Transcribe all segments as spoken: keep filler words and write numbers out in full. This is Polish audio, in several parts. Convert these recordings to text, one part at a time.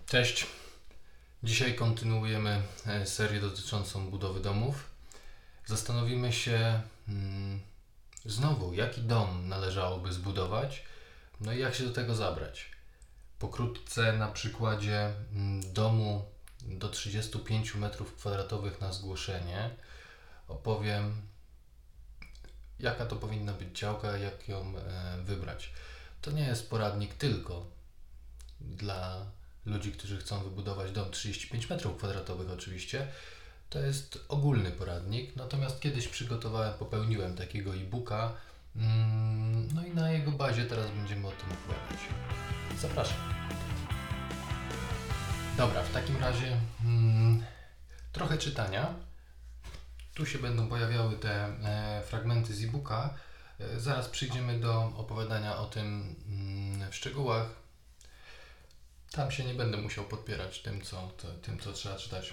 Cześć. Dzisiaj kontynuujemy serię dotyczącą budowy domów. Zastanowimy się hmm, znowu, jaki dom należałoby zbudować, no i jak się do tego zabrać. Pokrótce na przykładzie hmm, domu do trzydziestu pięciu metrów kwadratowych na zgłoszenie opowiem, jaka to powinna być działka, jak ją e, wybrać. To nie jest poradnik tylko dla ludzi, którzy chcą wybudować dom trzydzieści pięć metrów kwadratowych oczywiście. To jest ogólny poradnik, natomiast kiedyś przygotowałem, popełniłem takiego e-booka, mm, no i na jego bazie teraz będziemy o tym opowiadać. Zapraszam. Dobra, w takim razie mm, trochę czytania. Tu się będą pojawiały te e, fragmenty z e-booka. E, zaraz przyjdziemy do opowiadania o tym mm, w szczegółach. Tam się nie będę musiał podpierać tym, co, to, tym, co trzeba czytać.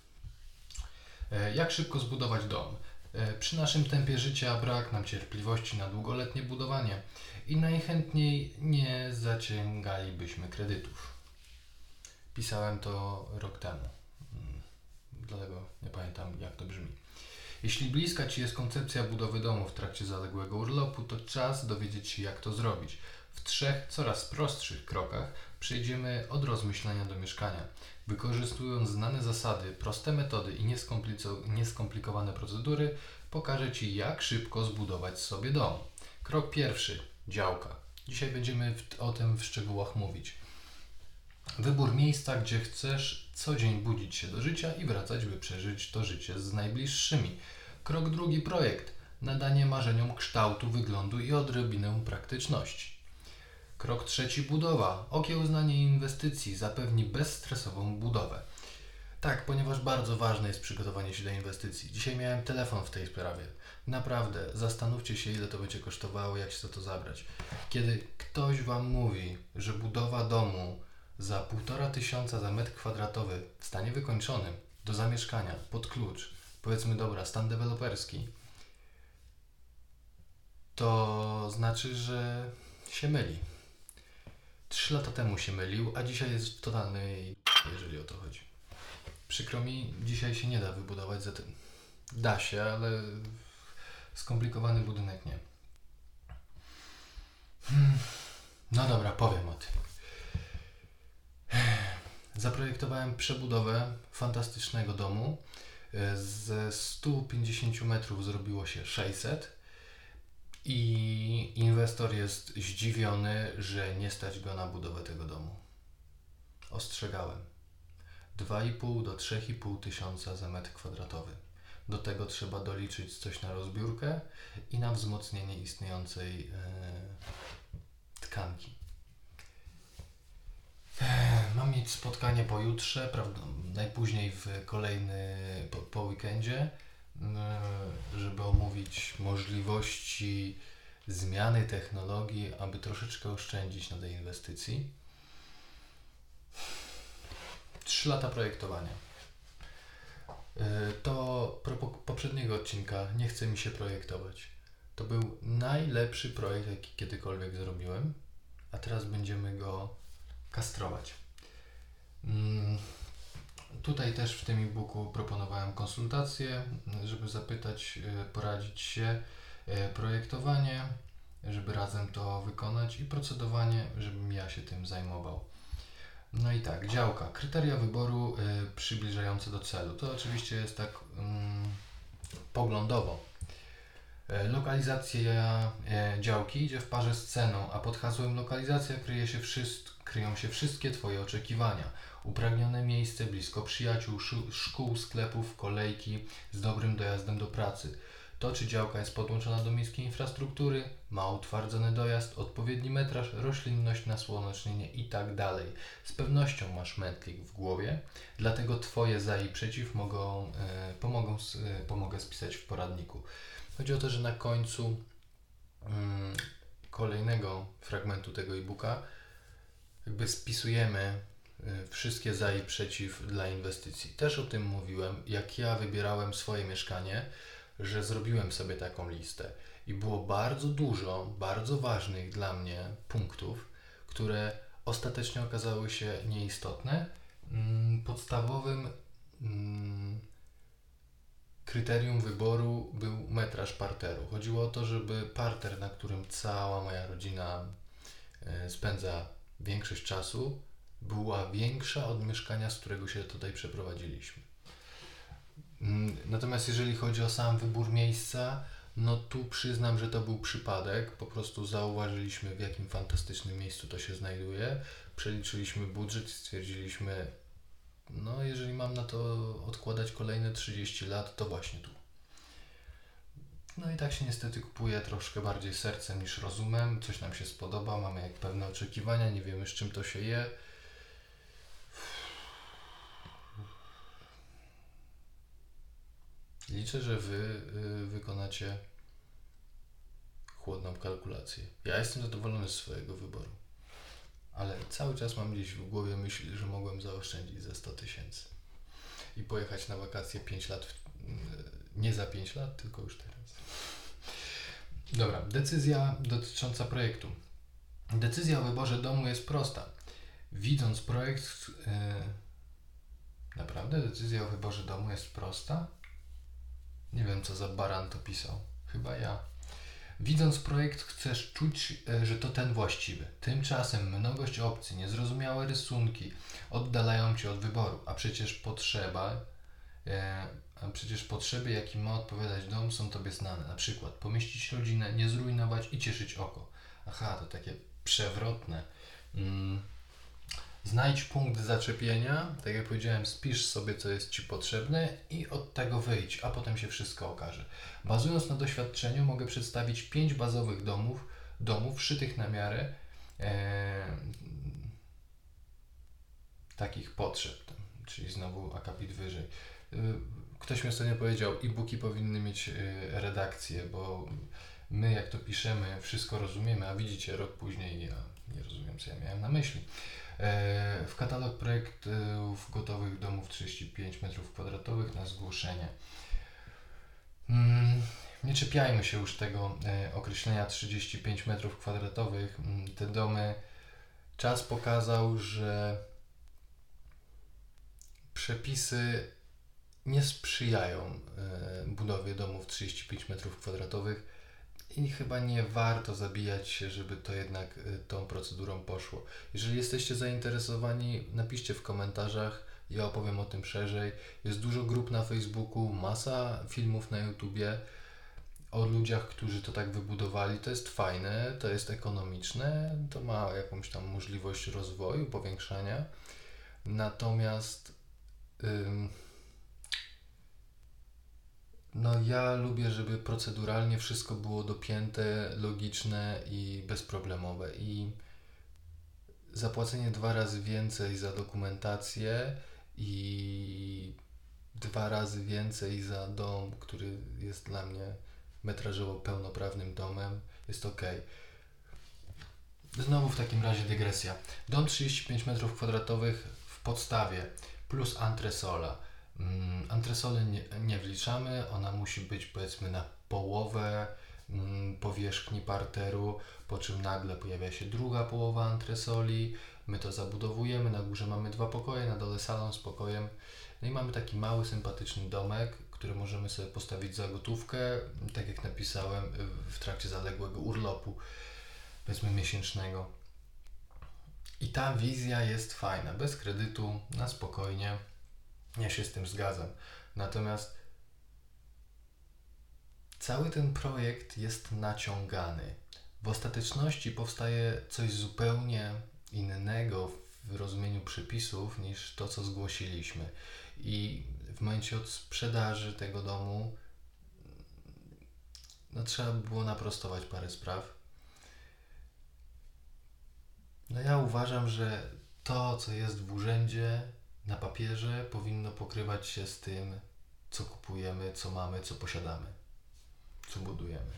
E, jak szybko zbudować dom? E, przy naszym tempie życia brak nam cierpliwości na długoletnie budowanie i najchętniej nie zaciągalibyśmy kredytów. Pisałem to rok temu, hmm, dlatego nie pamiętam, jak to brzmi. Jeśli bliska Ci jest koncepcja budowy domu w trakcie zaległego urlopu, to czas dowiedzieć się, jak to zrobić. W trzech coraz prostszych krokach przejdziemy od rozmyślania do mieszkania. Wykorzystując znane zasady, proste metody i nieskomplikowane procedury, pokażę Ci, jak szybko zbudować sobie dom. Krok pierwszy. Działka. Dzisiaj będziemy w, o tym w szczegółach mówić. Wybór miejsca, gdzie chcesz co dzień budzić się do życia i wracać, by przeżyć to życie z najbliższymi. Krok drugi. Projekt. Nadanie marzeniom kształtu, wyglądu i odrobinę praktyczności. Krok trzeci. Budowa. Okiełznanie inwestycji zapewni bezstresową budowę. Tak, ponieważ bardzo ważne jest przygotowanie się do inwestycji. Dzisiaj miałem telefon w tej sprawie. Naprawdę, zastanówcie się, ile to będzie kosztowało, jak się za to zabrać. Kiedy ktoś Wam mówi, że budowa domu za półtora tysiąca za metr kwadratowy w stanie wykończonym do zamieszkania, pod klucz, powiedzmy dobra, stan deweloperski, to znaczy, że się myli. Trzy lata temu się mylił, a dzisiaj jest w totalnej, jeżeli o to chodzi. Przykro mi, dzisiaj się nie da wybudować za tym. Da się, ale skomplikowany budynek nie. Hmm. No dobra, powiem o tym. Zaprojektowałem przebudowę fantastycznego domu. Ze stu pięćdziesięciu metrów zrobiło się sześćset i inwestor jest zdziwiony, że nie stać go na budowę tego domu. Ostrzegałem. dwa i pół do trzy i pół tysiąca za metr kwadratowy. Do tego trzeba doliczyć coś na rozbiórkę i na wzmocnienie istniejącej yy, tkanki. Mam mieć spotkanie pojutrze, prawda, najpóźniej w kolejny, po, po weekendzie, żeby omówić możliwości zmiany technologii, aby troszeczkę oszczędzić na tej inwestycji. Trzy lata projektowania. To propos poprzedniego odcinka, nie chce mi się projektować. To był najlepszy projekt, jaki kiedykolwiek zrobiłem, a teraz będziemy go kastrować. Hmm. Tutaj też w tym e-booku proponowałem konsultacje, żeby zapytać, poradzić się, projektowanie, żeby razem to wykonać i procedowanie, żebym ja się tym zajmował. No i tak, działka. Kryteria wyboru y, przybliżające do celu. To oczywiście jest tak mm, poglądowo. Y, lokalizacja y, działki idzie w parze z ceną, a pod hasłem lokalizacja kryje się wszystko, kryją się wszystkie Twoje oczekiwania. Upragnione miejsce blisko przyjaciół, szkół, sklepów, kolejki z dobrym dojazdem do pracy. To, czy działka jest podłączona do miejskiej infrastruktury, ma utwardzony dojazd, odpowiedni metraż, roślinność, nasłonecznienie i tak dalej. Z pewnością masz mętlik w głowie, dlatego Twoje za i przeciw mogą, e, pomogą, e, pomogę spisać w poradniku. Chodzi o to, że na końcu mm, kolejnego fragmentu tego e-booka jakby spisujemy y, wszystkie za i przeciw dla inwestycji. Też o tym mówiłem, jak ja wybierałem swoje mieszkanie, że zrobiłem sobie taką listę i było bardzo dużo, bardzo ważnych dla mnie punktów, które ostatecznie okazały się nieistotne. Podstawowym kryterium wyboru był metraż parteru. Chodziło o to, żeby parter, na którym cała moja rodzina spędza większość czasu, była większa od mieszkania, z którego się tutaj przeprowadziliśmy. Natomiast jeżeli chodzi o sam wybór miejsca, no tu przyznam, że to był przypadek. Po prostu zauważyliśmy, w jakim fantastycznym miejscu to się znajduje. Przeliczyliśmy budżet i stwierdziliśmy, no jeżeli mam na to odkładać kolejne trzydzieści lat, to właśnie tu. No i tak się niestety kupuje troszkę bardziej sercem niż rozumem. Coś nam się spodoba, mamy jak pewne oczekiwania, nie wiemy z czym to się je. Liczę, że wy y, wykonacie chłodną kalkulację. Ja jestem zadowolony z swojego wyboru, ale cały czas mam gdzieś w głowie myśl, że mogłem zaoszczędzić za sto tysięcy i pojechać na wakacje pięć lat, w, nie za pięć lat, tylko już teraz. Dobra, decyzja dotycząca projektu. Decyzja o wyborze domu jest prosta. Widząc projekt, yy, naprawdę decyzja o wyborze domu jest prosta? Nie wiem, co za baran to pisał. Chyba ja. Widząc projekt, chcesz czuć, że to ten właściwy. Tymczasem mnogość opcji, niezrozumiałe rysunki oddalają cię od wyboru, a przecież potrzeba, e, a przecież potrzeby, jakim ma odpowiadać dom, są tobie znane. Na przykład pomieścić rodzinę, nie zrujnować i cieszyć oko. Aha, to takie przewrotne. Mm. Znajdź punkt zaczepienia, tak jak powiedziałem, spisz sobie, co jest ci potrzebne i od tego wyjdź, a potem się wszystko okaże. Bazując na doświadczeniu, mogę przedstawić pięć bazowych domów, domów szytych na miarę e, takich potrzeb, czyli znowu akapit wyżej. Ktoś mi ostatnio powiedział, e-booki powinny mieć redakcję, bo my jak to piszemy, wszystko rozumiemy, a widzicie, rok później ja nie rozumiem, co ja miałem na myśli. W katalog projektów gotowych domów trzydzieści pięć metrów kwadratowych na zgłoszenie. Nie czepiajmy się już tego określenia trzydzieści pięć metrów kwadratowych. Te domy, czas pokazał, że przepisy nie sprzyjają budowie domów trzydzieści pięć metrów kwadratowych. I chyba nie warto zabijać się, żeby to jednak y, tą procedurą poszło. Jeżeli jesteście zainteresowani, napiszcie w komentarzach, ja opowiem o tym szerzej. Jest dużo grup na Facebooku, masa filmów na YouTubie o ludziach, którzy to tak wybudowali. To jest fajne, to jest ekonomiczne, to ma jakąś tam możliwość rozwoju, powiększania. Natomiast ym, No ja lubię, żeby proceduralnie wszystko było dopięte, logiczne i bezproblemowe i zapłacenie dwa razy więcej za dokumentację i dwa razy więcej za dom, który jest dla mnie metrażowo pełnoprawnym domem, jest ok. Znowu w takim razie dygresja. Dom trzydzieści pięć metrów kwadratowych w podstawie plus antresola. Mm, Antresolę nie, nie wliczamy, ona musi być powiedzmy na połowę mm, powierzchni parteru, po czym nagle pojawia się druga połowa antresoli, my to zabudowujemy, na górze mamy dwa pokoje, na dole salon z pokojem, no i mamy taki mały, sympatyczny domek, który możemy sobie postawić za gotówkę, tak jak napisałem, w trakcie zaległego urlopu, powiedzmy miesięcznego. I ta wizja jest fajna, bez kredytu, na spokojnie. Ja się z tym zgadzam. Natomiast cały ten projekt jest naciągany. W ostateczności powstaje coś zupełnie innego w rozumieniu przepisów niż to, co zgłosiliśmy. I w momencie od sprzedaży tego domu no, trzeba by było naprostować parę spraw. No ja uważam, że to, co jest w urzędzie, na papierze, powinno pokrywać się z tym, co kupujemy, co mamy, co posiadamy, co budujemy.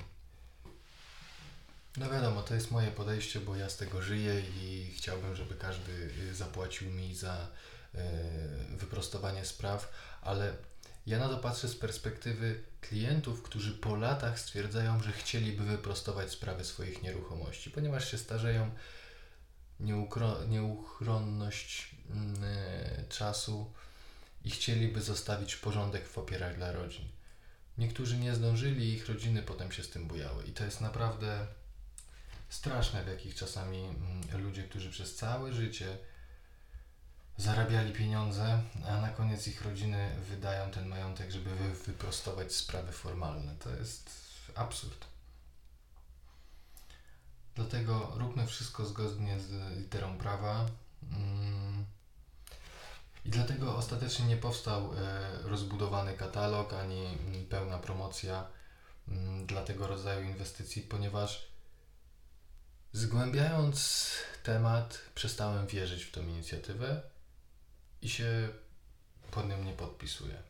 No wiadomo, to jest moje podejście, bo ja z tego żyję i chciałbym, żeby każdy zapłacił mi za y, wyprostowanie spraw, ale ja na to patrzę z perspektywy klientów, którzy po latach stwierdzają, że chcieliby wyprostować sprawy swoich nieruchomości, ponieważ się starzeją. nieukro- nieuchronność yy, czasu i chcieliby zostawić porządek w opierach dla rodzin. Niektórzy nie zdążyli i ich rodziny potem się z tym bujały. I to jest naprawdę straszne, w jakich czasami mm, ludzie, którzy przez całe życie zarabiali pieniądze, a na koniec ich rodziny wydają ten majątek, żeby wy- wyprostować sprawy formalne. To jest absurd. Dlatego róbmy wszystko zgodnie z literą prawa. Mm. I dlatego ostatecznie nie powstał e, rozbudowany katalog ani mm, pełna promocja mm, dla tego rodzaju inwestycji, ponieważ zgłębiając temat, przestałem wierzyć w tą inicjatywę i się pod nią nie podpisuję.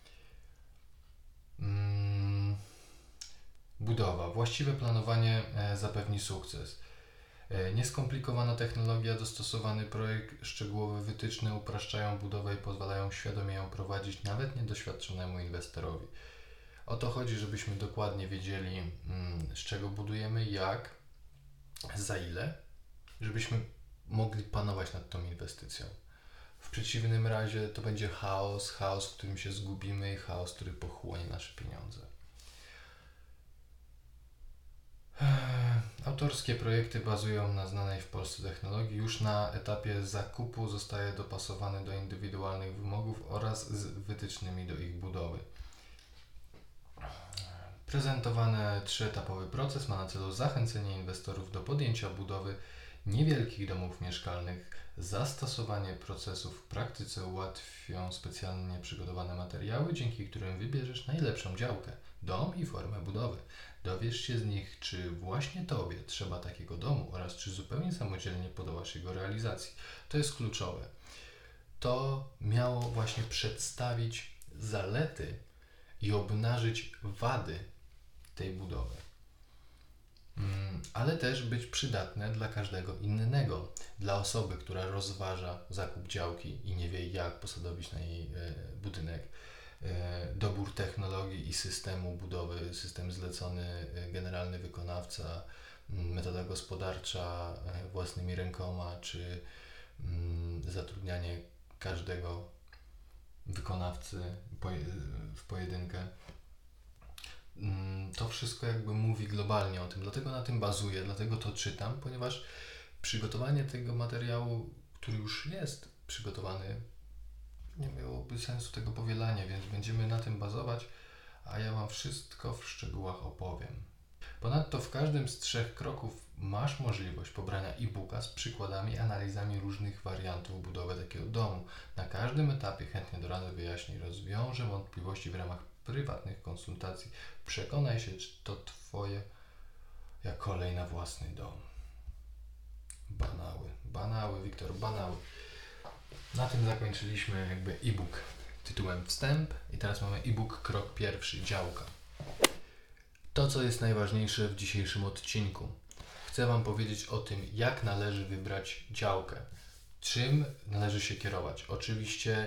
Mm. Budowa. Właściwe planowanie e, zapewni sukces. E, Nieskomplikowana technologia, dostosowany projekt, szczegółowe wytyczne upraszczają budowę i pozwalają świadomie ją prowadzić nawet niedoświadczonemu inwestorowi. O to chodzi, żebyśmy dokładnie wiedzieli, mm, z czego budujemy, jak, za ile, żebyśmy mogli panować nad tą inwestycją. W przeciwnym razie to będzie chaos, chaos, w którym się zgubimy i chaos, który pochłonie nasze pieniądze. Autorskie projekty bazują na znanej w Polsce technologii. Już na etapie zakupu zostaje dopasowany do indywidualnych wymogów oraz z wytycznymi do ich budowy. Prezentowany trzyetapowy proces ma na celu zachęcenie inwestorów do podjęcia budowy niewielkich domów mieszkalnych. Zastosowanie procesów w praktyce ułatwią specjalnie przygotowane materiały, dzięki którym wybierzesz najlepszą działkę, dom i formę budowy. Dowiesz się z nich, czy właśnie Tobie trzeba takiego domu oraz czy zupełnie samodzielnie podołasz jego realizacji. To jest kluczowe. To miało właśnie przedstawić zalety i obnażyć wady tej budowy. Mm, ale też być przydatne dla każdego innego. Dla osoby, która rozważa zakup działki i nie wie, jak posadowić na jej e, budynek. E, dobór technologii i systemu budowy, system zlecony, e, generalny wykonawca, m, metoda gospodarcza e, własnymi rękoma, czy m, zatrudnianie każdego wykonawcy poje, w pojedynkę. Mm, To wszystko jakby mówi globalnie o tym, dlatego na tym bazuję, dlatego to czytam, ponieważ przygotowanie tego materiału, który już jest przygotowany, nie miałoby sensu tego powielania, więc będziemy na tym bazować, a ja Wam wszystko w szczegółach opowiem. Ponadto w każdym z trzech kroków masz możliwość pobrania e-booka z przykładami, analizami różnych wariantów budowy takiego domu. Na każdym etapie chętnie doradzę, wyjaśnię i rozwiążę wątpliwości w ramach prywatnych konsultacji. Przekonaj się, czy to Twoje jak kolej na własny dom. Banały, banały, Wiktor, banały. Na tym zakończyliśmy jakby e-book tytułem Wstęp i teraz mamy e-book krok pierwszy, działka. To, co jest najważniejsze w dzisiejszym odcinku. Chcę Wam powiedzieć o tym, jak należy wybrać działkę. Czym należy się kierować. Oczywiście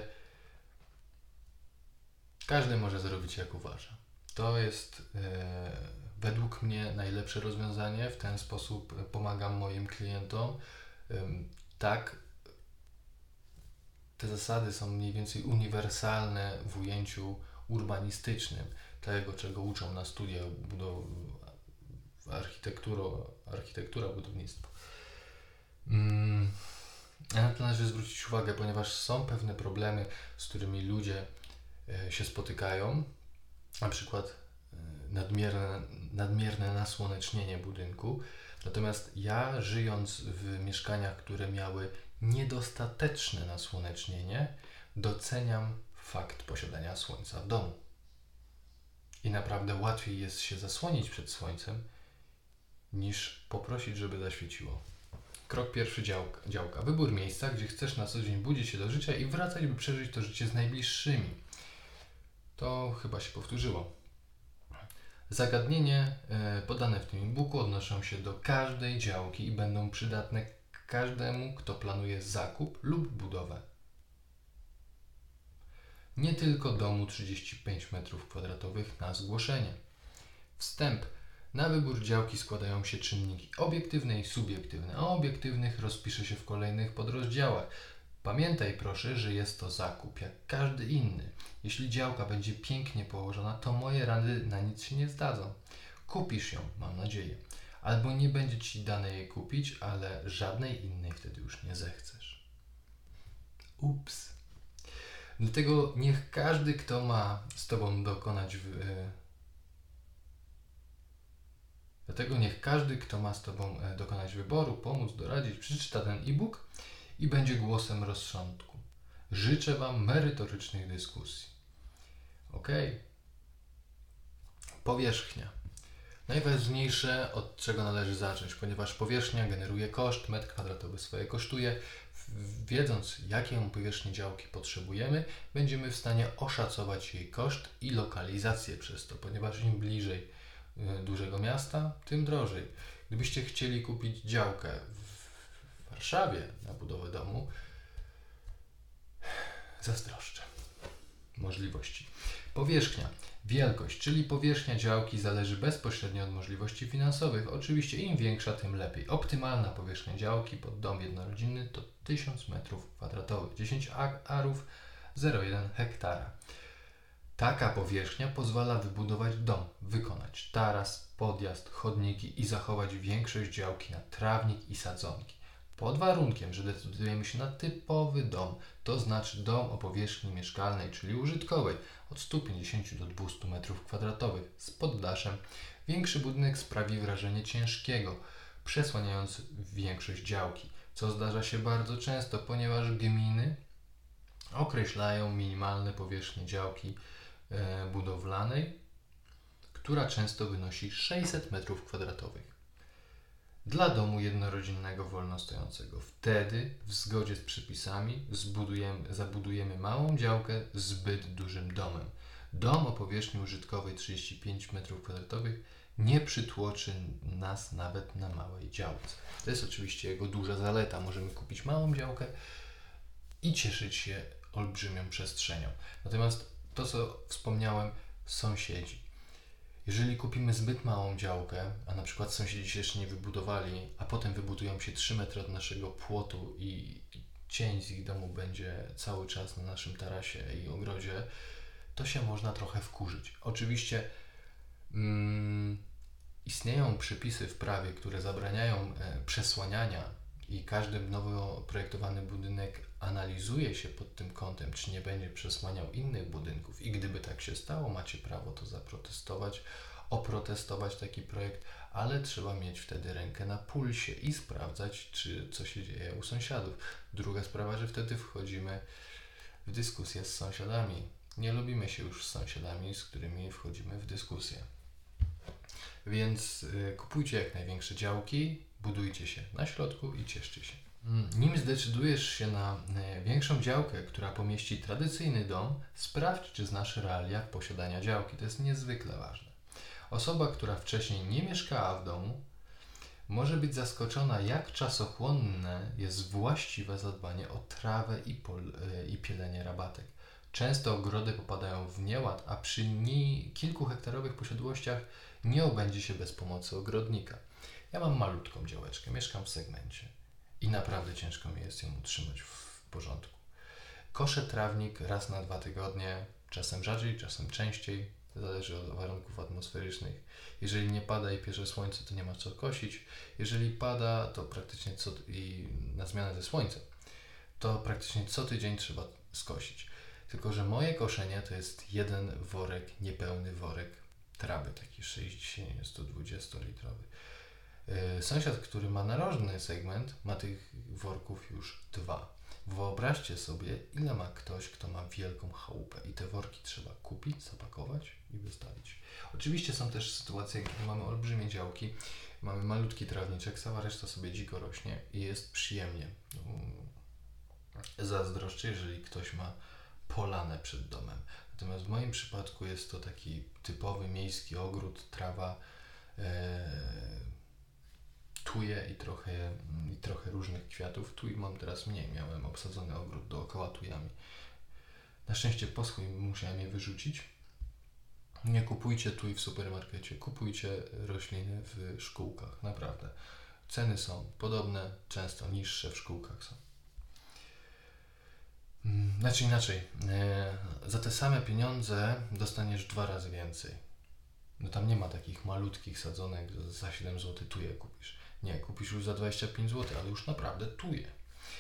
każdy może zrobić jak uważa. To jest e, według mnie najlepsze rozwiązanie. W ten sposób pomagam moim klientom. E, tak, te zasady są mniej więcej uniwersalne w ujęciu urbanistycznym. Tego, czego uczą na studiach budow... architektura, architektura, budownictwo. Mm. A na to należy zwrócić uwagę, ponieważ są pewne problemy, z którymi ludzie e, się spotykają. Na przykład e, nadmierne, nadmierne nasłonecznienie budynku. Natomiast ja, żyjąc w mieszkaniach, które miały niedostateczne nasłonecznienie, doceniam fakt posiadania słońca w domu. I naprawdę łatwiej jest się zasłonić przed słońcem, niż poprosić, żeby zaświeciło. Krok pierwszy, działka. działka. Wybór miejsca, gdzie chcesz na co dzień budzić się do życia i wracać, by przeżyć to życie z najbliższymi. To chyba się powtórzyło. Zagadnienie e, podane w tym e-booku odnoszą się do każdej działki i będą przydatne każdemu, kto planuje zakup lub budowę. Nie tylko domu trzydzieści pięć metrów kwadratowych na zgłoszenie. Wstęp. Na wybór działki składają się czynniki obiektywne i subiektywne. O obiektywnych rozpiszę się w kolejnych podrozdziałach. Pamiętaj proszę, że jest to zakup jak każdy inny. Jeśli działka będzie pięknie położona, to moje rady na nic się nie zdadzą. Kupisz ją, mam nadzieję. Albo nie będzie Ci dane jej kupić, ale żadnej innej wtedy już nie zechcesz. Ups. Dlatego niech każdy, kto ma z Tobą dokonać... W, yy, Dlatego niech każdy, kto ma z Tobą dokonać wyboru, pomóc, doradzić, przeczyta ten e-book i będzie głosem rozsądku. Życzę Wam merytorycznych dyskusji. Ok? Powierzchnia. Najważniejsze, od czego należy zacząć, ponieważ powierzchnia generuje koszt, metr kwadratowy swoje kosztuje. Wiedząc, jaką powierzchnię działki potrzebujemy, będziemy w stanie oszacować jej koszt i lokalizację przez to, ponieważ im bliżej dużego miasta, tym drożej. Gdybyście chcieli kupić działkę w Warszawie na budowę domu, zazdroszczę możliwości. Powierzchnia. Wielkość, czyli powierzchnia działki, zależy bezpośrednio od możliwości finansowych. Oczywiście im większa, tym lepiej. Optymalna powierzchnia działki pod dom jednorodzinny to tysiąc metrów kwadratowych, dziesięć arów, zero przecinek jeden hektara. Taka powierzchnia pozwala wybudować dom, wykonać taras, podjazd, chodniki i zachować większość działki na trawnik i sadzonki. Pod warunkiem, że decydujemy się na typowy dom, to znaczy dom o powierzchni mieszkalnej, czyli użytkowej, od stu pięćdziesięciu do dwustu metrów kwadratowych z poddaszem. Większy budynek sprawi wrażenie ciężkiego, przesłaniając większość działki, co zdarza się bardzo często, ponieważ gminy określają minimalne powierzchnie działki e, budowlanej, która często wynosi sześćset metrów kwadratowych. Dla domu jednorodzinnego wolnostojącego. Wtedy, w zgodzie z przepisami, zbudujemy, zabudujemy małą działkę zbyt dużym domem. Dom o powierzchni użytkowej trzydzieści pięć metrów kwadratowych nie przytłoczy nas nawet na małej działce. To jest oczywiście jego duża zaleta. Możemy kupić małą działkę i cieszyć się olbrzymią przestrzenią. Natomiast to, co wspomniałem, sąsiedzi. Jeżeli kupimy zbyt małą działkę, a na przykład sąsiedzi się jeszcze nie wybudowali, a potem wybudują się trzy metry od naszego płotu i cień z ich domu będzie cały czas na naszym tarasie i ogrodzie, to się można trochę wkurzyć. Oczywiście mm, istnieją przepisy w prawie, które zabraniają e, przesłaniania i każdy nowo projektowany budynek analizuje się pod tym kątem, czy nie będzie przesłaniał innych budynków i gdyby tak się stało, macie prawo to zaprotestować, oprotestować taki projekt, ale trzeba mieć wtedy rękę na pulsie i sprawdzać, czy co się dzieje u sąsiadów. Druga sprawa, że wtedy wchodzimy w dyskusję z sąsiadami. Nie lubimy się już z sąsiadami, z którymi wchodzimy w dyskusję. Więc y, kupujcie jak największe działki, budujcie się na środku i cieszcie się. Nim zdecydujesz się na y, większą działkę, która pomieści tradycyjny dom, sprawdź, czy znasz realia posiadania działki. To jest niezwykle ważne. Osoba, która wcześniej nie mieszkała w domu, może być zaskoczona, jak czasochłonne jest właściwe zadbanie o trawę i, pol, y, i pielenie rabatek. Często ogrody popadają w nieład, a przy ni- kilkuhektarowych posiadłościach nie obędzie się bez pomocy ogrodnika. Ja mam malutką działeczkę, mieszkam w segmencie i naprawdę ciężko mi jest ją utrzymać w porządku. Koszę trawnik raz na dwa tygodnie, czasem rzadziej, czasem częściej, zależy od warunków atmosferycznych. Jeżeli nie pada i pierze słońce, to nie ma co kosić. Jeżeli pada, to praktycznie co i na zmianę ze słońcem, to praktycznie co tydzień trzeba skosić. Tylko że moje koszenie to jest jeden worek, niepełny worek trawy, taki sześćdziesiąt do dwudziestu litrowy. Sąsiad, który ma narożny segment, ma tych worków już dwa. Wyobraźcie sobie, ile ma ktoś, kto ma wielką chałupę i te worki trzeba kupić, zapakować i wystawić. Oczywiście są też sytuacje, gdzie mamy olbrzymie działki, mamy malutki trawniczek, cała reszta sobie dziko rośnie i jest przyjemnie. Zazdroszczę, jeżeli ktoś ma polanę przed domem. Natomiast w moim przypadku jest to taki typowy miejski ogród, trawa, e, tuje i trochę, i trochę różnych kwiatów. Tuj mam teraz mniej, miałem obsadzony ogród dookoła tujami. Na szczęście poschły musiałem je wyrzucić, Nie kupujcie tu i w supermarkecie, kupujcie rośliny w szkółkach, naprawdę. Ceny są podobne, często niższe w szkółkach są. Znaczy inaczej, e, za te same pieniądze dostaniesz dwa razy więcej. No tam nie ma takich malutkich sadzonek, że za siedem złotych tu je kupisz. Nie, kupisz już za dwadzieścia pięć złotych, ale już naprawdę tu je.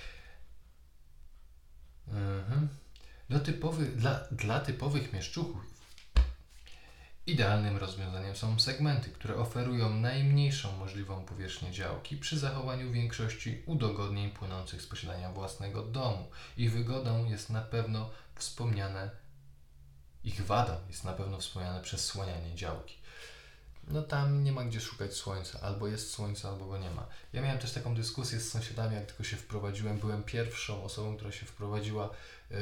Mhm. Dla, typowych, dla, dla typowych mieszczuchów idealnym rozwiązaniem są segmenty, które oferują najmniejszą możliwą powierzchnię działki przy zachowaniu większości udogodnień płynących z posiadania własnego domu. Ich wygodą jest na pewno wspomniane, ich wadą jest na pewno wspomniane przesłanianie działki. No tam nie ma gdzie szukać słońca, albo jest słońce, albo go nie ma. Ja miałem też taką dyskusję z sąsiadami, jak tylko się wprowadziłem, byłem pierwszą osobą, która się wprowadziła yy,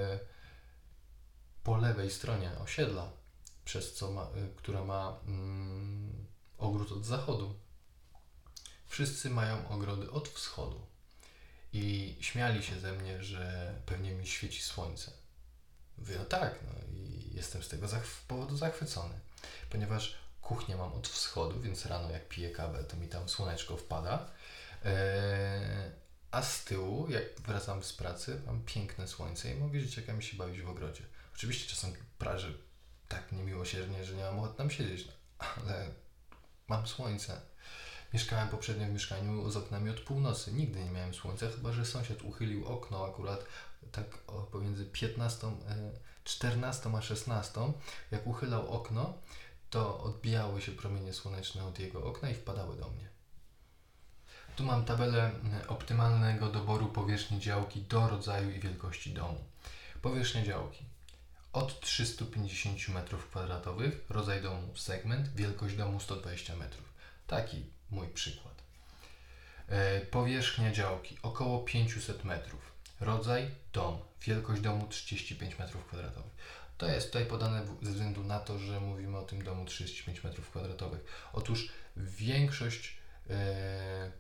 po lewej stronie osiedla, przez co ma, y, która ma mm, ogród od zachodu. Wszyscy mają ogrody od wschodu i śmiali się ze mnie, że pewnie mi świeci słońce. Mówię, no tak, no i jestem z tego zachw- powodu zachwycony, ponieważ kuchnię mam od wschodu, więc rano jak piję kawę, to mi tam słoneczko wpada, eee, a z tyłu, jak wracam z pracy, mam piękne słońce i mogę dzieciakami się bawić w ogrodzie. Oczywiście czasem prażę tak niemiłosiernie, że nie mam ochoty tam siedzieć, no, ale mam słońce. Mieszkałem poprzednio w mieszkaniu z oknami od północy. Nigdy nie miałem słońca, chyba że sąsiad uchylił okno akurat tak o, pomiędzy piętnastą, czternastą a szesnastą. Jak uchylał okno, to odbijały się promienie słoneczne od jego okna i wpadały do mnie. Tu mam tabelę optymalnego doboru powierzchni działki do rodzaju i wielkości domu. Powierzchnia działki od trzysta pięćdziesiąt metrów kwadratowych, rodzaj domu segment, wielkość domu sto dwadzieścia metrów. Taki mój przykład. E, powierzchnia działki około pięćset metrów, rodzaj dom, wielkość domu trzydzieści pięć metrów kwadratowych. To jest tutaj podane ze względu na to, że mówimy o tym domu trzydzieści pięć metrów kwadratowych. Otóż większość e,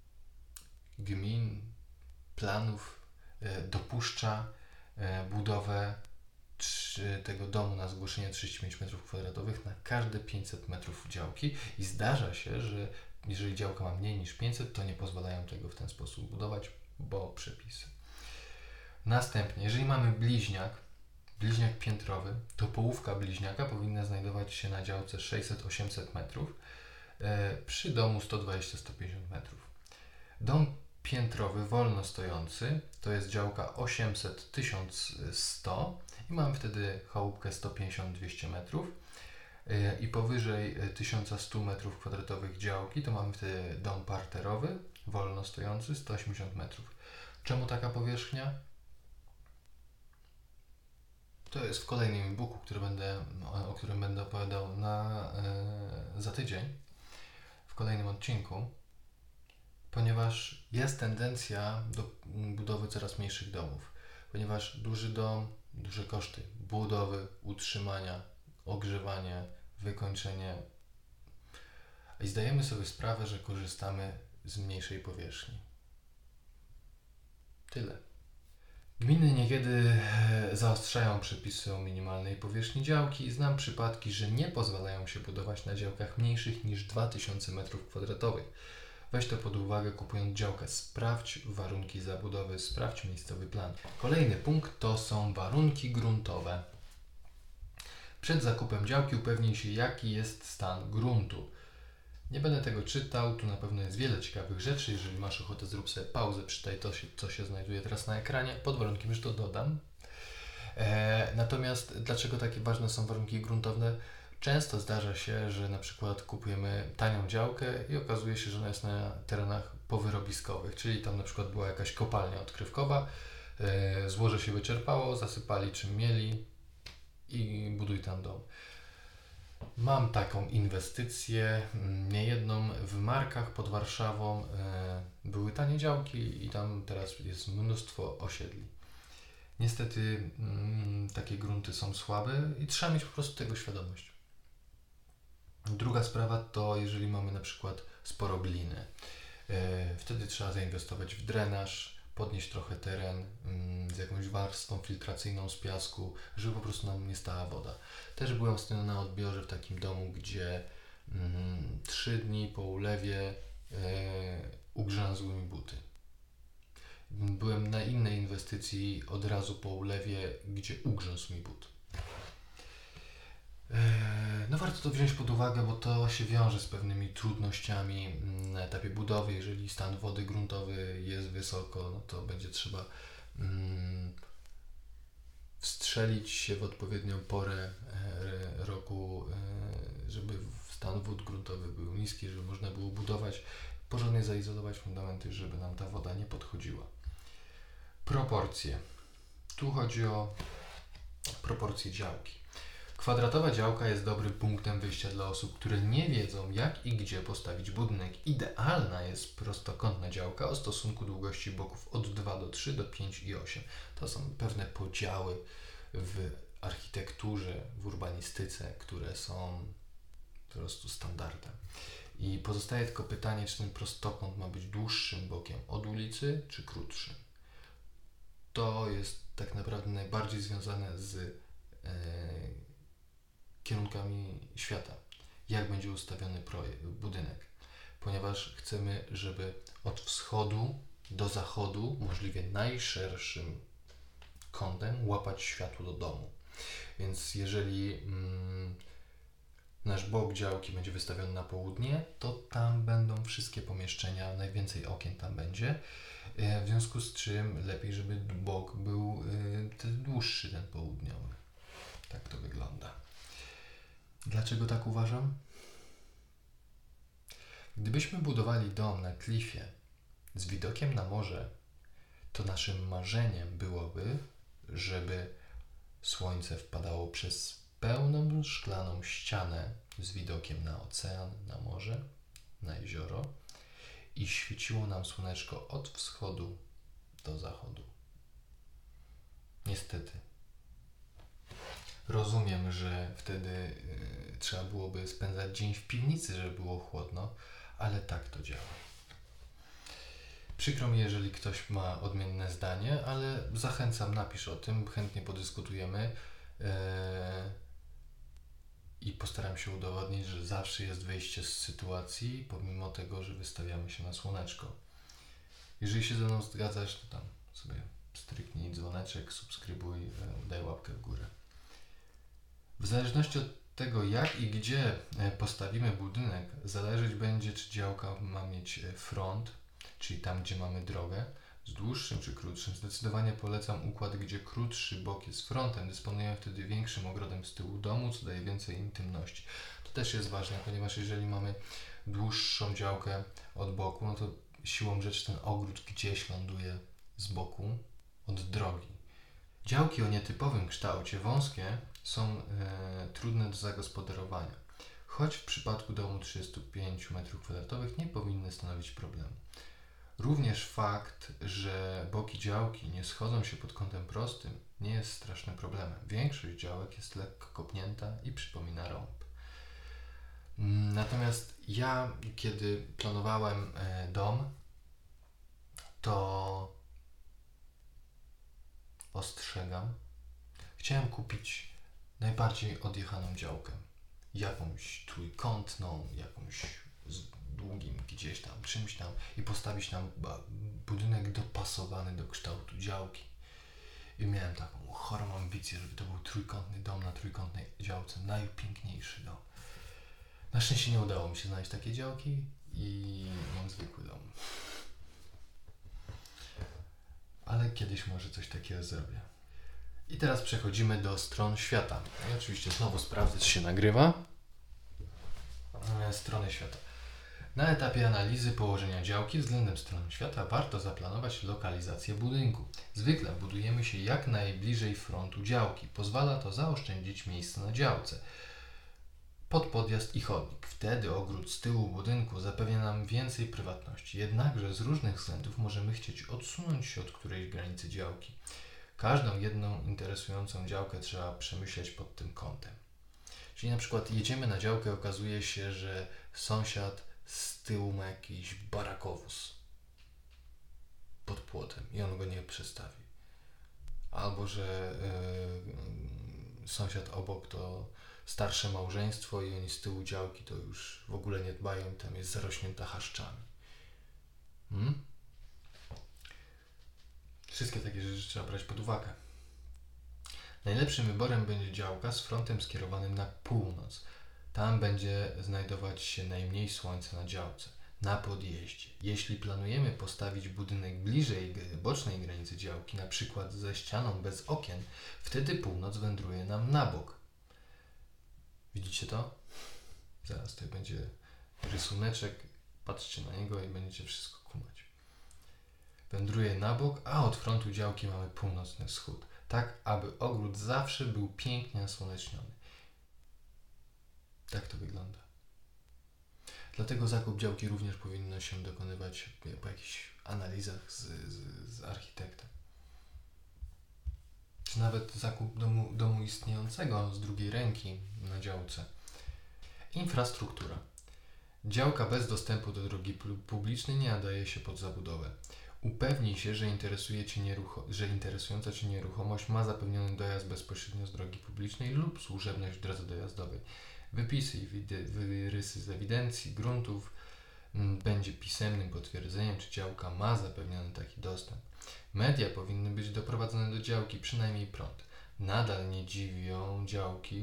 gmin, planów e, dopuszcza e, budowę trzy, tego domu na zgłoszenie trzydzieści pięć metrów kwadratowych na każde pięćset metrów działki i zdarza się, że jeżeli działka ma mniej niż pięćset, to nie pozwalają tego w ten sposób budować, bo przepisy. Następnie, jeżeli mamy bliźniak, bliźniak piętrowy, to połówka bliźniaka powinna znajdować się na działce sześćset osiemset metrów, e, przy domu sto dwadzieścia do stu pięćdziesięciu metrów. Dom piętrowy wolno stojący to jest działka osiemset do tysiąc sto i mam wtedy chałupkę sto pięćdziesiąt do dwustu metrów yy, i powyżej tysiąc sto metrów kwadratowych działki to mamy wtedy dom parterowy wolno stojący sto osiemdziesiąt metrów. Czemu taka powierzchnia? To jest w kolejnym e-booku, który będę, o którym będę opowiadał na, yy, za tydzień, w kolejnym odcinku, ponieważ jest tendencja do budowy coraz mniejszych domów, ponieważ duży dom, duże koszty budowy, utrzymania, ogrzewanie, wykończenie i zdajemy sobie sprawę, że korzystamy z mniejszej powierzchni. Tyle. Gminy niekiedy zaostrzają przepisy o minimalnej powierzchni działki i znam przypadki, że nie pozwalają się budować na działkach mniejszych niż dwa tysiące metrów kwadratowych. Weź to pod uwagę, kupując działkę. Sprawdź warunki zabudowy, sprawdź miejscowy plan. Kolejny punkt to są warunki gruntowe. Przed zakupem działki upewnij się, jaki jest stan gruntu. Nie będę tego czytał, tu na pewno jest wiele ciekawych rzeczy. Jeżeli masz ochotę, zrób sobie pauzę, przeczytaj to, co się znajduje teraz na ekranie, pod warunkiem, że to dodam. E, natomiast dlaczego takie ważne są warunki gruntowe? Często zdarza się, że na przykład kupujemy tanią działkę i okazuje się, że ona jest na terenach powyrobiskowych, czyli tam na przykład była jakaś kopalnia odkrywkowa, yy, złoże się wyczerpało, zasypali czym mieli i buduj tam dom. Mam taką inwestycję, niejedną w Markach pod Warszawą, yy, były tanie działki i tam teraz jest mnóstwo osiedli. Niestety yy, takie grunty są słabe i trzeba mieć po prostu tego świadomość. Druga sprawa to jeżeli mamy na przykład sporo gliny. Yy, wtedy trzeba zainwestować w drenaż, podnieść trochę teren mm, z jakąś warstwą filtracyjną z piasku, żeby po prostu nam nie stała woda. Też byłem z tym na odbiorze w takim domu, gdzie mm, trzy dni po ulewie e, ugrzęzły mi buty. Byłem na innej inwestycji od razu po ulewie, gdzie ugrzęzł mi but. No warto to wziąć pod uwagę, bo to się wiąże z pewnymi trudnościami na etapie budowy. Jeżeli stan wody gruntowy jest wysoko, no to będzie trzeba mm, wstrzelić się w odpowiednią porę e, roku, e, żeby stan wód gruntowych był niski, żeby można było budować, porządnie zaizolować fundamenty, żeby nam ta woda nie podchodziła. Proporcje. Tu chodzi o proporcje działki. Kwadratowa działka jest dobrym punktem wyjścia dla osób, które nie wiedzą, jak i gdzie postawić budynek. Idealna jest prostokątna działka o stosunku długości boków od dwa do trzy do pięć i osiem. To są pewne podziały w architekturze, w urbanistyce, które są po prostu standardem. I pozostaje tylko pytanie, czy ten prostokąt ma być dłuższym bokiem od ulicy, czy krótszym. To jest tak naprawdę najbardziej związane z e, kierunkami świata, jak będzie ustawiony projekt, budynek, ponieważ chcemy, żeby od wschodu do zachodu, możliwie najszerszym kątem, łapać światło do domu. Więc jeżeli mm, nasz bok działki będzie wystawiony na południe, to tam będą wszystkie pomieszczenia, najwięcej okien tam będzie, w związku z czym lepiej, żeby bok był y, dłuższy, ten południowy. Tak to wygląda. Dlaczego tak uważam? Gdybyśmy budowali dom na klifie z widokiem na morze, to naszym marzeniem byłoby, żeby słońce wpadało przez pełną szklaną ścianę z widokiem na ocean, na morze, na jezioro i świeciło nam słoneczko od wschodu do zachodu. Niestety. Rozumiem, że wtedy y, trzeba byłoby spędzać dzień w piwnicy, żeby było chłodno, ale tak to działa. Przykro mi, jeżeli ktoś ma odmienne zdanie, ale zachęcam, napisz o tym, chętnie podyskutujemy yy, i postaram się udowodnić, że zawsze jest wyjście z sytuacji, pomimo tego, że wystawiamy się na słoneczko. Jeżeli się ze mną zgadzasz, to tam sobie stryknij dzwoneczek, subskrybuj, yy, daj łapkę w górę. W zależności od tego, jak i gdzie postawimy budynek, zależeć będzie, czy działka ma mieć front, czyli tam, gdzie mamy drogę, z dłuższym czy krótszym. Zdecydowanie polecam układ, gdzie krótszy bok jest frontem. Dysponujemy wtedy większym ogrodem z tyłu domu, co daje więcej intymności. To też jest ważne, ponieważ jeżeli mamy dłuższą działkę od boku, no to siłą rzeczy ten ogród gdzieś ląduje z boku od drogi. Działki o nietypowym kształcie, wąskie, są e, trudne do zagospodarowania, choć w przypadku domu trzydziestu pięciu metrów kwadratowych nie powinny stanowić problemu. Również fakt, że boki działki nie schodzą się pod kątem prostym, nie jest strasznym problemem. Większość działek jest lekko kopnięta i przypomina rąb. Natomiast ja, kiedy planowałem e, dom, to ostrzegam, chciałem kupić najbardziej odjechaną działkę. Jakąś trójkątną, jakąś z długim gdzieś tam, czymś tam i postawić tam budynek dopasowany do kształtu działki. I miałem taką chorą ambicję, żeby to był trójkątny dom na trójkątnej działce, najpiękniejszy dom. Na szczęście nie udało mi się znaleźć takiej działki i mam zwykły dom. Ale kiedyś może coś takiego zrobię. I teraz przechodzimy do stron świata. I oczywiście znowu sprawdzę, czy się nagrywa. Strony świata. Na etapie analizy położenia działki względem stron świata warto zaplanować lokalizację budynku. Zwykle budujemy się jak najbliżej frontu działki. Pozwala to zaoszczędzić miejsce na działce pod podjazd i chodnik. Wtedy ogród z tyłu budynku zapewnia nam więcej prywatności. Jednakże z różnych względów możemy chcieć odsunąć się od którejś granicy działki. Każdą jedną interesującą działkę trzeba przemyśleć pod tym kątem. Czyli na przykład jedziemy na działkę, okazuje się, że sąsiad z tyłu ma jakiś barakowóz. pod płotem i on go nie przestawi. Albo że yy, sąsiad obok to starsze małżeństwo i oni z tyłu działki to już w ogóle nie dbają, tam jest zarośnięta chaszczami. Hmm? Wszystkie takie rzeczy trzeba brać pod uwagę. Najlepszym wyborem będzie działka z frontem skierowanym na północ. Tam będzie znajdować się najmniej słońca na działce, na podjeździe. Jeśli planujemy postawić budynek bliżej bocznej granicy działki, na przykład ze ścianą bez okien, wtedy północ wędruje nam na bok. Widzicie to? Zaraz tutaj będzie rysuneczek, patrzcie na niego i będziecie wszystko kumać. Wędruje na bok, a od frontu działki mamy północny wschód, tak aby ogród zawsze był pięknie nasłoneczniony. Tak to wygląda. Dlatego zakup działki również powinno się dokonywać po jakichś analizach z, z, z architektem. Czy nawet zakup domu, domu istniejącego z drugiej ręki na działce. Infrastruktura. Działka bez dostępu do drogi publicznej nie nadaje się pod zabudowę. Upewnij się, że, interesuje cię nierucho- że interesująca Cię nieruchomość ma zapewniony dojazd bezpośrednio z drogi publicznej lub służebność w drodze dojazdowej. Wypisy i wyrysy z ewidencji gruntów m, będzie pisemnym potwierdzeniem, czy działka ma zapewniony taki dostęp. Media powinny być doprowadzone do działki, przynajmniej prąd. Nadal nie dziwią działki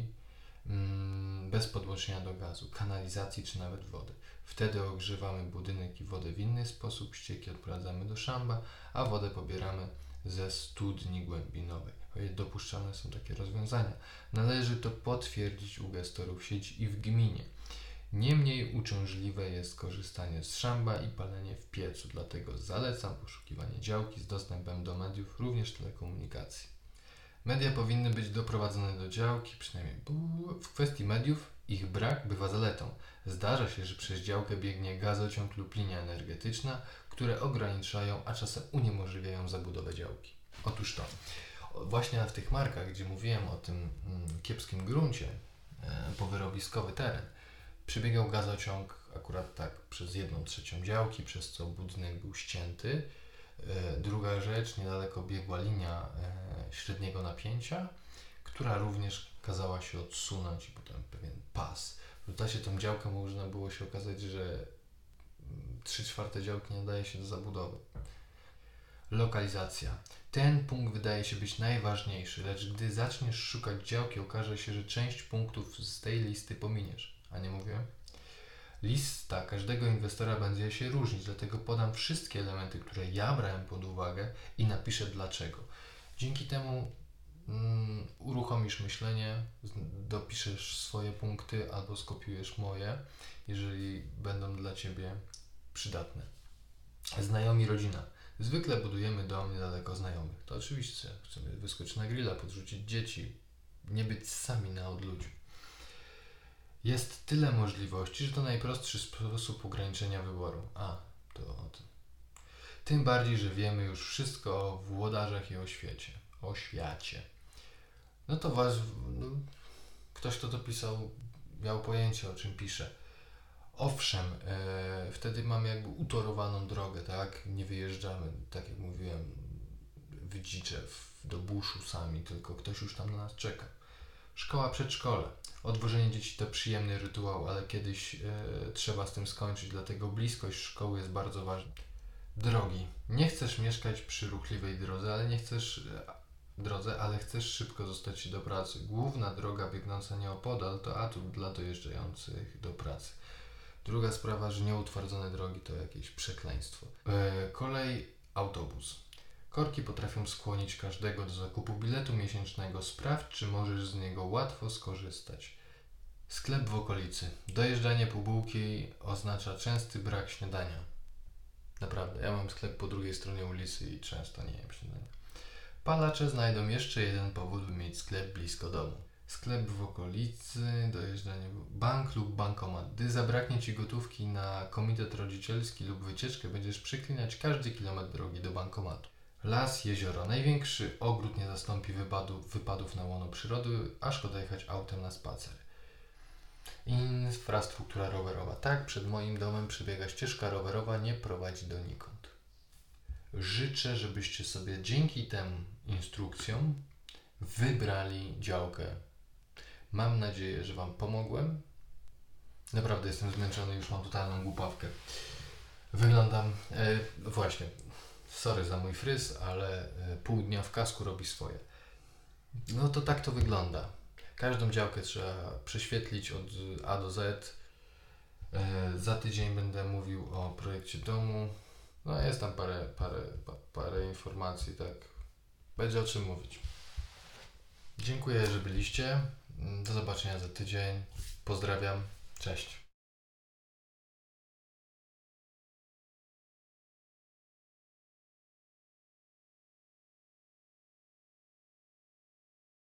mm, bez podłączenia do gazu, kanalizacji czy nawet wody. Wtedy ogrzewamy budynek i wodę w inny sposób, ścieki odprowadzamy do szamba, a wodę pobieramy ze studni głębinowej. Dopuszczalne są takie rozwiązania. Należy to potwierdzić u gestorów sieci i w gminie. Niemniej uciążliwe jest korzystanie z szamba i palenie w piecu, dlatego zalecam poszukiwanie działki z dostępem do mediów, również telekomunikacji. Media powinny być doprowadzone do działki, przynajmniej w kwestii mediów ich brak bywa zaletą. Zdarza się, że przez działkę biegnie gazociąg lub linia energetyczna, które ograniczają, a czasem uniemożliwiają zabudowę działki. Otóż to, właśnie w tych markach, gdzie mówiłem o tym mm, kiepskim gruncie, e, powyrobiskowy teren, przebiegał gazociąg akurat tak przez jedną trzecią działki, przez co budynek był ścięty. E, druga rzecz, niedaleko biegła linia e, średniego napięcia, która również kazała się odsunąć i potem pewien pas. W rezultacie tą działkę można było się okazać, że trzy czwarte działki nie nadaje się do zabudowy. Lokalizacja. Ten punkt wydaje się być najważniejszy, lecz gdy zaczniesz szukać działki, okaże się, że część punktów z tej listy pominiesz. A nie mówię? Lista każdego inwestora będzie się różnić, dlatego podam wszystkie elementy, które ja brałem pod uwagę i napiszę dlaczego. Dzięki temu um, uruchomisz myślenie, dopiszesz swoje punkty albo skopiujesz moje, jeżeli będą dla Ciebie przydatne. Znajomi, rodzina. Zwykle budujemy dom niedaleko znajomych. To oczywiście chcemy wyskoczyć na grilla, podrzucić dzieci, nie być sami na odludziu. Jest tyle możliwości, że to najprostszy sposób ograniczenia wyboru. A, to o tym. Tym bardziej, że wiemy już wszystko o włodarzach i o świecie. O świecie. No to was, no, ktoś, kto to pisał, miał pojęcie, o czym pisze. Owszem, e, wtedy mamy jakby utorowaną drogę, tak? Nie wyjeżdżamy, tak jak mówiłem, w dzicze, w, do buszu sami, tylko ktoś już tam na nas czeka. Szkoła, przedszkole. Odwożenie dzieci to przyjemny rytuał, ale kiedyś e, trzeba z tym skończyć, dlatego bliskość szkoły jest bardzo ważna. Drogi. Nie chcesz mieszkać przy ruchliwej drodze, ale nie chcesz e, drodze, ale chcesz szybko dostać się do pracy. Główna droga biegnąca nieopodal to atut dla dojeżdżających do pracy. Druga sprawa, że nieutwardzone drogi to jakieś przekleństwo. E, kolej, autobus. Korki potrafią skłonić każdego do zakupu biletu miesięcznego. Sprawdź, czy możesz z niego łatwo skorzystać. Sklep w okolicy. Dojeżdżanie po bułki oznacza częsty brak śniadania. Naprawdę, ja mam sklep po drugiej stronie ulicy i często nie jem śniadania. Palacze znajdą jeszcze jeden powód, by mieć sklep blisko domu. Sklep w okolicy, dojeżdżanie, bank lub bankomat. Gdy zabraknie Ci gotówki na komitet rodzicielski lub wycieczkę, będziesz przeklinać każdy kilometr drogi do bankomatu. Las, jezioro. Największy ogród nie zastąpi wypadów, wypadów na łono przyrody, a szkoda jechać autem na spacer. Infrastruktura rowerowa. Tak, przed moim domem przebiega ścieżka rowerowa, nie prowadzi donikąd. życzę, żebyście sobie dzięki tym instrukcjom wybrali działkę. Mam nadzieję, że Wam pomogłem. Naprawdę jestem zmęczony, już mam totalną głupawkę. Wyglądam... E, właśnie, sorry za mój fryz, ale e, pół dnia w kasku robi swoje. No to tak to wygląda. Każdą działkę trzeba prześwietlić od A do Z. E, za tydzień będę mówił o projekcie domu. No jest tam parę, parę, pa, parę informacji, tak. Będzie o czym mówić. Dziękuję, że byliście. Do zobaczenia za tydzień. Pozdrawiam. Cześć.